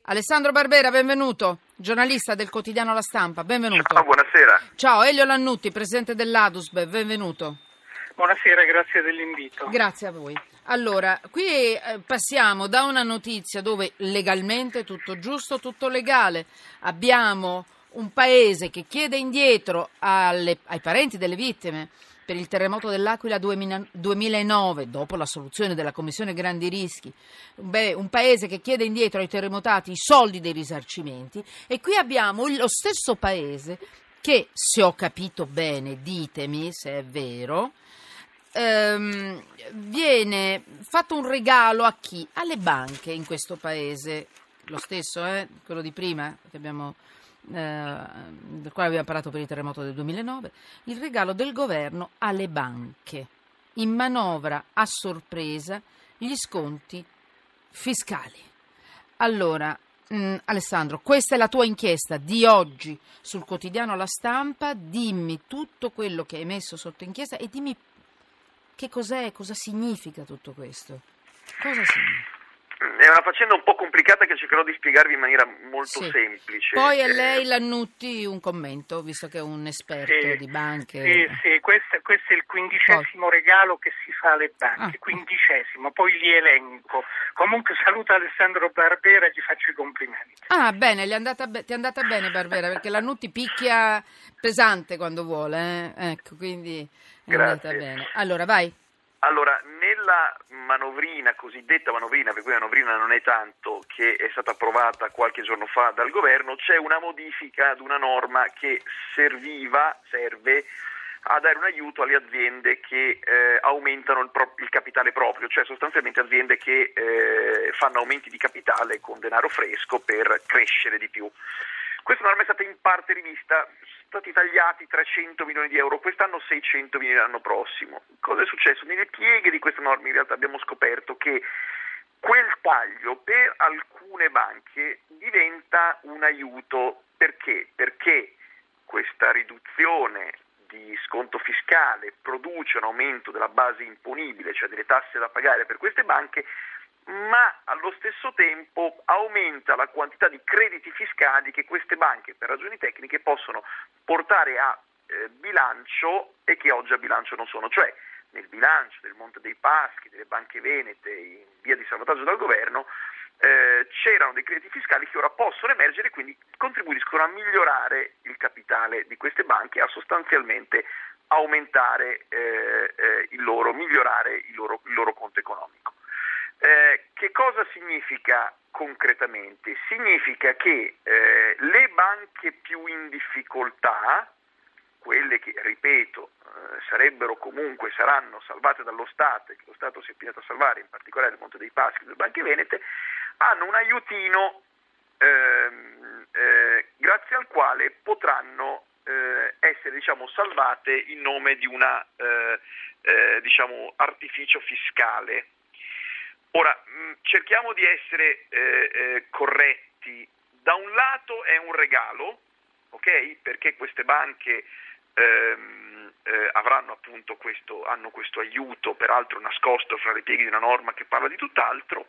Alessandro Barbera, benvenuto, giornalista del quotidiano La Stampa, benvenuto. Ciao, buonasera. Ciao, Elio Lannutti, presidente dell'Adusbef, benvenuto. Buonasera, grazie dell'invito. Grazie a voi. Allora, qui passiamo da una notizia dove legalmente tutto giusto, tutto legale. Abbiamo un paese che chiede indietro ai parenti delle vittime per il terremoto dell'Aquila 2009, dopo la soluzione della Commissione Grandi Rischi, un paese che chiede indietro ai terremotati i soldi dei risarcimenti, e qui abbiamo lo stesso paese che, se ho capito bene, ditemi se è vero, viene fatto un regalo a chi? Alle banche in questo paese, lo stesso, quello di prima che abbiamo del quale abbiamo parlato per il terremoto del 2009, il regalo del governo alle banche, in manovra a sorpresa gli sconti fiscali. Allora, Alessandro, questa è la tua inchiesta di oggi sul quotidiano La Stampa, dimmi tutto quello che hai messo sotto inchiesta e dimmi che cos'è, cosa significa tutto questo. Cosa significa? È una faccenda un po' complicata che cercherò di spiegarvi in maniera molto semplice. Poi a lei, Lannutti, un commento, visto che è un esperto di banche. Sì, questo è il 15° regalo che si fa alle banche, 15°, poi li elenco. Comunque saluto Alessandro Barbera e gli faccio i complimenti. Ah, bene, ti è andata bene Barbera, perché Lannutti picchia pesante quando vuole, ecco, quindi è andata bene. Allora, vai. Allora, nella cosiddetta manovrina, per cui manovrina non è tanto, che è stata approvata qualche giorno fa dal governo, c'è una modifica ad una norma che serve a dare un aiuto alle aziende che aumentano il capitale proprio, cioè sostanzialmente aziende che fanno aumenti di capitale con denaro fresco per crescere di più. Questa norma è stata in parte rivista, sono stati tagliati 300 milioni di euro, quest'anno 600 milioni l'anno prossimo. Cosa è successo? Nelle pieghe di questa norma in realtà abbiamo scoperto che quel taglio per alcune banche diventa un aiuto. Perché? Perché questa riduzione di sconto fiscale produce un aumento della base imponibile, cioè delle tasse da pagare per queste banche, ma allo stesso tempo aumenta la quantità di crediti fiscali che queste banche, per ragioni tecniche, possono portare a bilancio e che oggi a bilancio non sono. Cioè, nel bilancio del Monte dei Paschi, delle banche venete, in via di salvataggio dal governo, c'erano dei crediti fiscali che ora possono emergere e quindi contribuiscono a migliorare il capitale di queste banche e a sostanzialmente aumentare migliorare il loro conto economico. Che cosa significa concretamente? Significa che le banche più in difficoltà, quelle che, ripeto, saranno salvate dallo Stato e che lo Stato si è impegnato a salvare, in particolare il Monte dei Paschi e le banche venete, hanno un aiutino grazie al quale potranno essere salvate in nome di una artificio fiscale. Ora, cerchiamo di essere corretti. Da un lato è un regalo, ok? Perché queste banche avranno appunto hanno questo aiuto, peraltro nascosto fra le pieghe di una norma che parla di tutt'altro.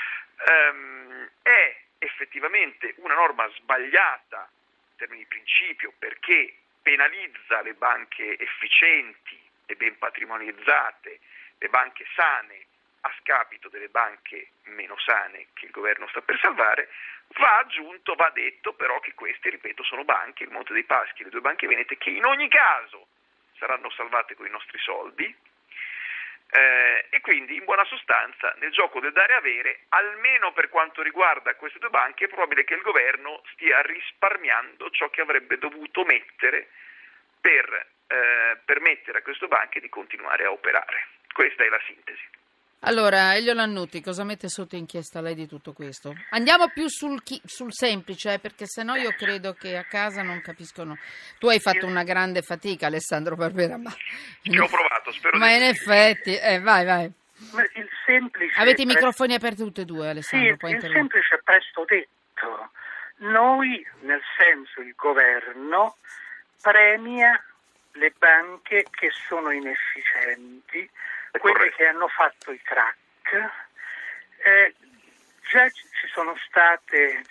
È effettivamente una norma sbagliata in termini di principio, perché penalizza le banche efficienti e ben patrimonializzate, le banche sane, a scapito delle banche meno sane che il governo sta per salvare. Va detto però che queste, ripeto, sono banche, il Monte dei Paschi e le due banche venete, che in ogni caso saranno salvate con i nostri soldi, e quindi in buona sostanza nel gioco del dare e avere, almeno per quanto riguarda queste due banche, è probabile che il governo stia risparmiando ciò che avrebbe dovuto mettere per permettere a queste banche di continuare a operare. Questa è la sintesi. Allora, Elio Lannutti, cosa mette sotto inchiesta lei di tutto questo? Andiamo più sul semplice, perché sennò io credo che a casa non capiscono. Tu hai fatto una grande fatica, Alessandro Barbera, ma ci ho provato, spero ma in effetti, vai. Il semplice. Avete i microfoni aperti tutti e due, Alessandro? Sì, il semplice è presto detto. Noi, nel senso il governo, premia le banche che sono inefficienti, quelle che hanno fatto i crack, già ci sono state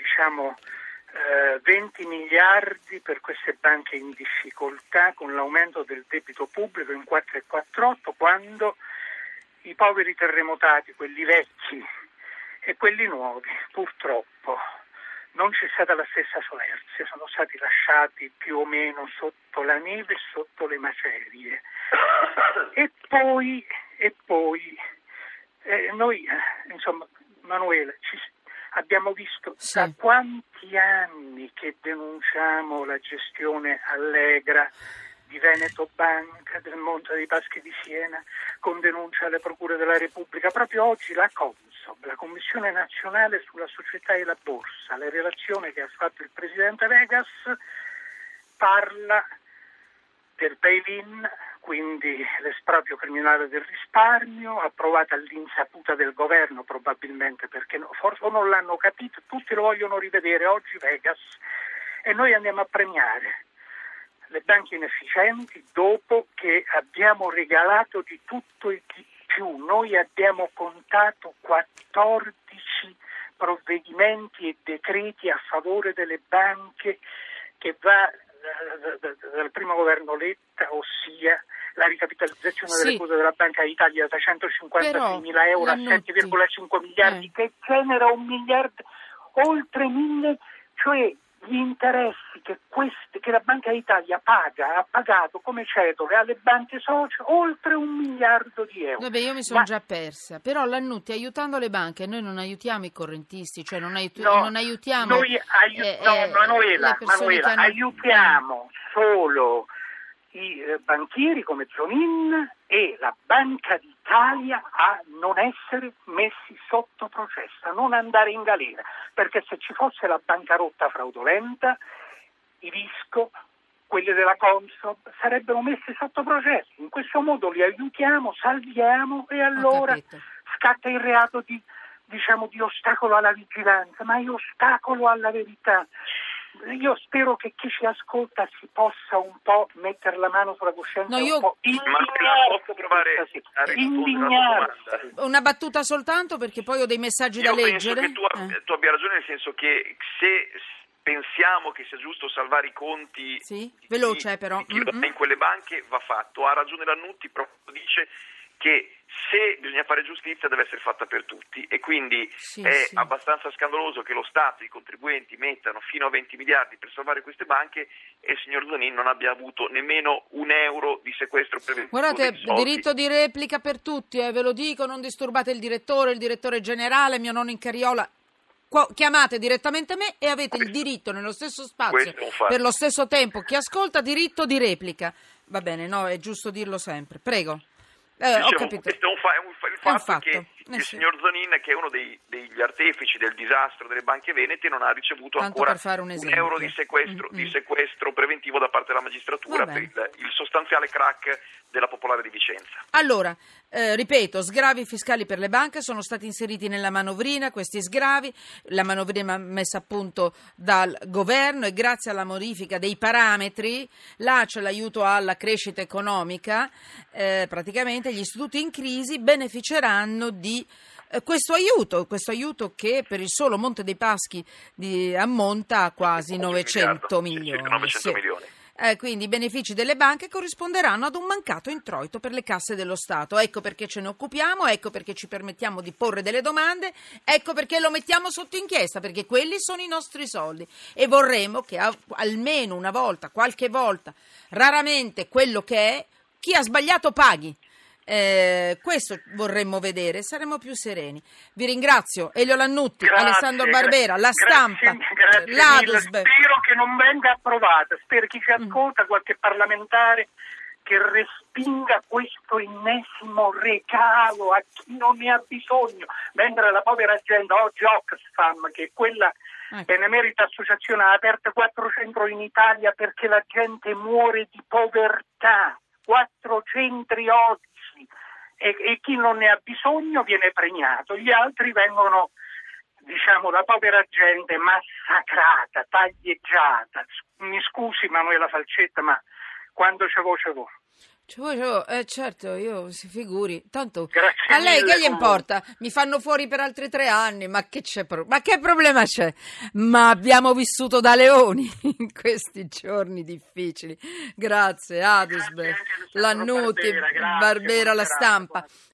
20 miliardi per queste banche in difficoltà con l'aumento del debito pubblico in 4,48, quando i poveri terremotati, quelli vecchi e quelli nuovi, purtroppo non c'è stata la stessa solerzia, sono stati lasciati più o meno sotto la neve e sotto le macerie. E poi noi, insomma, Manuela, abbiamo visto da quanti anni che denunciamo la gestione allegra di Veneto Banca, del Monte dei Paschi di Siena, con denuncia alle procure della Repubblica. Proprio oggi la Consob, la Commissione Nazionale sulla Società e la Borsa, la relazione che ha fatto il presidente Vegas, parla del bail-in, quindi l'esproprio criminale del risparmio, approvata all'insaputa del governo probabilmente, perché forse non l'hanno capito, tutti lo vogliono rivedere oggi Vegas, e noi andiamo a premiare le banche inefficienti dopo che abbiamo regalato di tutto e di più. Noi abbiamo contato 14 provvedimenti e decreti a favore delle banche che va dal primo governo Letta, ossia la ricapitalizzazione delle quote della Banca d'Italia da 156.000 euro a 7,5 miliardi, che genera 1 miliardo, oltre 1.000, cioè gli interessi che la Banca d'Italia ha pagato come cedole alle banche socie, oltre 1 miliardo di euro. Vabbè, io mi sono già persa, però Lannutti, aiutando le banche, noi non aiutiamo i correntisti, cioè non aiutiamo Manuela, aiutiamo solo i banchieri come Zonin e la Banca d'Italia a non essere messi sotto processo, a non andare in galera, perché se ci fosse la bancarotta fraudolenta, i Visco, quelli della Consob, sarebbero messi sotto processo. In questo modo li aiutiamo, salviamo, e allora scatta il reato di ostacolo alla vigilanza, ma è ostacolo alla verità. Io spero che chi ci ascolta si possa un po' mettere la mano sulla coscienza, un po' indignarsi. Una battuta soltanto, perché poi ho dei messaggi da leggere. Penso che tu abbia ragione, nel senso che se pensiamo che sia giusto salvare i conti veloce però chi va in quelle banche, va fatto. Ha ragione Lannutti, proprio dice che se bisogna fare giustizia deve essere fatta per tutti, e quindi abbastanza scandaloso che lo Stato e i contribuenti mettano fino a 20 miliardi per salvare queste banche e il signor Zonin non abbia avuto nemmeno un euro di sequestro preventivo. Guardate, diritto di replica per tutti, ve lo dico, non disturbate il direttore generale, mio nonno in carriola. Chiamate direttamente me e avete il diritto nello stesso spazio, per lo stesso tempo, chi ascolta, diritto di replica. Va bene, no, è giusto dirlo sempre. Prego. Ho capito. Questo il fatto che il signor Zonin, che è uno degli artefici del disastro delle banche venete, non ha ricevuto ancora un euro di sequestro preventivo da parte della magistratura per il sostanziale crack della Popolare di Vicenza. Allora, ripeto, sgravi fiscali per le banche sono stati inseriti nella manovrina, questi sgravi, la manovrina messa a punto dal governo, e grazie alla modifica dei parametri, là c'è l'aiuto alla crescita economica, praticamente gli istituti in crisi beneficeranno di questo aiuto che per il solo Monte dei Paschi ammonta a quasi 900 milioni. 900 milioni. Quindi i benefici delle banche corrisponderanno ad un mancato introito per le casse dello Stato. Ecco perché ce ne occupiamo, ecco perché ci permettiamo di porre delle domande, ecco perché lo mettiamo sotto inchiesta, perché quelli sono i nostri soldi e vorremmo che almeno una volta, qualche volta, raramente quello che è, chi ha sbagliato paghi. Questo vorremmo vedere, saremo più sereni. Vi ringrazio. Elio Lannutti, Alessandro Barbera, La Stampa, l'Adusbef. Spero che non venga approvata, spero chi ci ascolta, qualche parlamentare, che respinga questo ennesimo regalo a chi non ne ha bisogno, mentre la povera gente, oggi Oxfam, che è quella benemerita associazione, ha aperto 4 centri in Italia perché la gente muore di povertà, 4 centri oggi. E chi non ne ha bisogno viene premiato, gli altri vengono, la povera gente massacrata, taglieggiata. Mi scusi Manuela Falcetta, ma quando ce vo. Certo, io si figuri. Tanto Grazie a lei mille che gli importa? Mi fanno fuori per altri 3 anni, ma che problema c'è? Ma abbiamo vissuto da leoni in questi giorni difficili. Grazie, Adusbef, Grazie anche a Alessandro Lannuti, Barbera, grazie, Barbera, La buona serata, Stampa.